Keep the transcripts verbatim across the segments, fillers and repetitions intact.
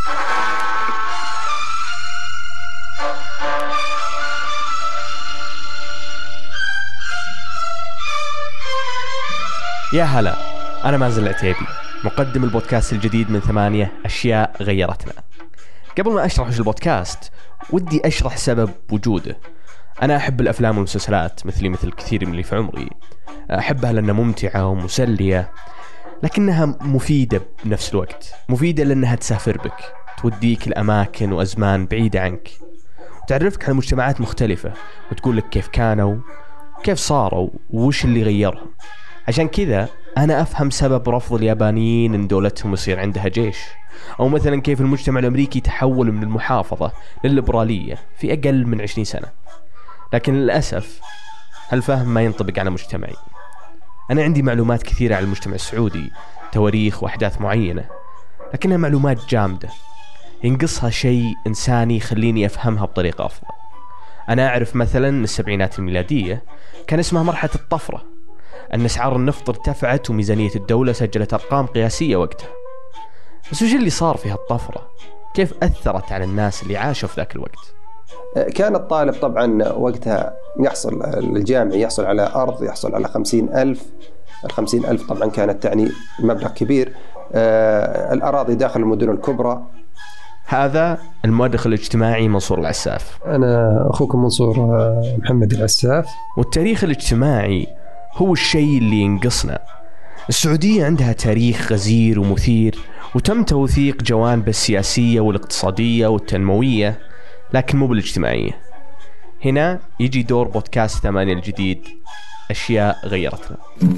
يا هلا، أنا مازن العتيبي، مقدم البودكاست الجديد من ثمانية أشياء غيرتنا. قبل ما أشرح وش البودكاست ودي أشرح سبب وجوده. أنا أحب الأفلام والمسلسلات مثلي مثل كثير من اللي في عمري، أحبها لأنها ممتعة ومسلية، لكنها مفيدة بنفس الوقت. مفيدة لأنها تسافر بك، توديك الأماكن وأزمان بعيدة عنك، وتعرفك على مجتمعات مختلفة، وتقول لك كيف كانوا كيف صاروا وش اللي غيرهم. عشان كذا أنا أفهم سبب رفض اليابانيين إن دولتهم يصير عندها جيش، أو مثلا كيف المجتمع الأمريكي تحول من المحافظة للليبرالية في أقل من عشرين سنة. لكن للأسف هالفهم ما ينطبق على مجتمعي. أنا عندي معلومات كثيرة على المجتمع السعودي، تواريخ وأحداث معينة، لكنها معلومات جامدة، ينقصها شيء إنساني يخليني أفهمها بطريقة أفضل. أنا أعرف مثلا السبعينات الميلادية كان اسمها مرحلة الطفرة، أن أسعار النفط ارتفعت وميزانية الدولة سجلت أرقام قياسية وقتها. بس وش اللي صار في هالطفرة؟ كيف أثرت على الناس اللي عاشوا في ذاك الوقت؟ كان الطالب طبعا وقتها يحصل الجامعي يحصل على أرض، يحصل على خمسين ألف. الخمسين ألف طبعا كانت تعني مبلغ كبير. آه الأراضي داخل المدن الكبرى. هذا المؤرخ الاجتماعي منصور العساف. أنا أخوكم منصور محمد العساف. والتاريخ الاجتماعي هو الشيء اللي ينقصنا. السعودية عندها تاريخ غزير ومثير، وتم توثيق جوانب السياسية والاقتصادية والتنموية، لكن مو بالاجتماعية. هنا يجي دور بودكاست ثمانية الجديد، أشياء غيرتنا.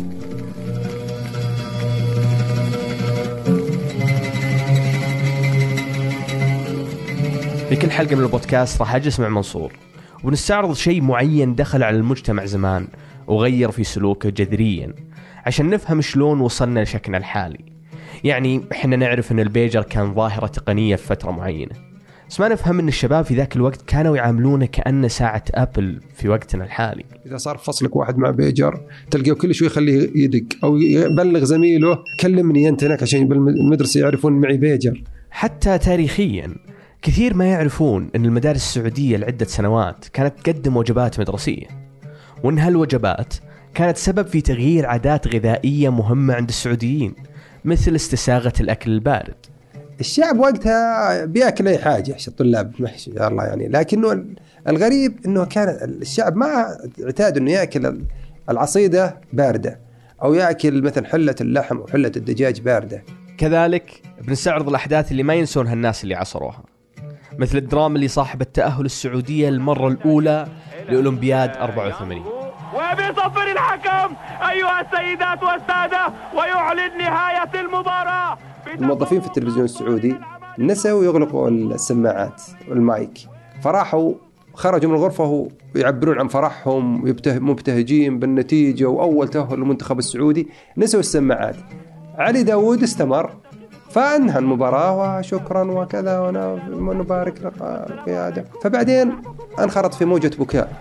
في كل حلقة من البودكاست راح أجلس مع منصور ونستعرض شيء معين دخل على المجتمع زمان وغير في سلوكه جذريا، عشان نفهم شلون وصلنا لشكلنا الحالي. يعني احنا نعرف ان البيجر كان ظاهرة تقنية في فترة معينة، بس ما نفهم ان الشباب في ذاك الوقت كانوا يعاملونه كأنه ساعة أبل في وقتنا الحالي. إذا صار فصلك واحد مع بيجر تلقيه كل شوي يخليه يدق أو يبلغ زميله كلمني أنت هناك عشان بالمدرسة يعرفون معي بيجر. حتى تاريخيا كثير ما يعرفون ان المدارس السعودية لعدة سنوات كانت تقدم وجبات مدرسية، وان هالوجبات كانت سبب في تغيير عادات غذائية مهمة عند السعوديين، مثل استساغة الأكل البارد. الشعب وقتها بيأكل أي حاجة، الطلاب محشي يا الله يعني، لكنه الغريب إنه كان الشعب ما اعتاد إنه يأكل العصيدة باردة، أو يأكل مثل حلة اللحم أو حلة الدجاج باردة. كذلك بنستعرض الأحداث اللي ما ينسونها الناس اللي عصروها، مثل الدراما اللي صاحبت تأهل السعودية المرة الأولى لأولمبياد أربعة وثمانين. وبصفر الحكم أيها السيدات والسادة، ويعلن نهاية المباراة. الموظفين في التلفزيون السعودي نسوا يغلقوا السماعات والمايك، فراحوا خرجوا من الغرفة ويعبرون عن فرحهم مبتهجين بالنتيجة وأول تأهل للمنتخب السعودي. نسوا السماعات. علي داود استمر فأنهى المباراة وشكرا وكذا ونبارك للقيادة، فبعدين انخرط في موجة بكاء.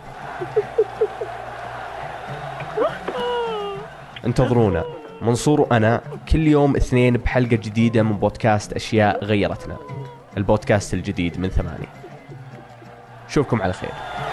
انتظرونا منصور وأنا كل يوم اثنين بحلقة جديدة من بودكاست أشياء غيرتنا، البودكاست الجديد من ثمانية. شوفكم على خير.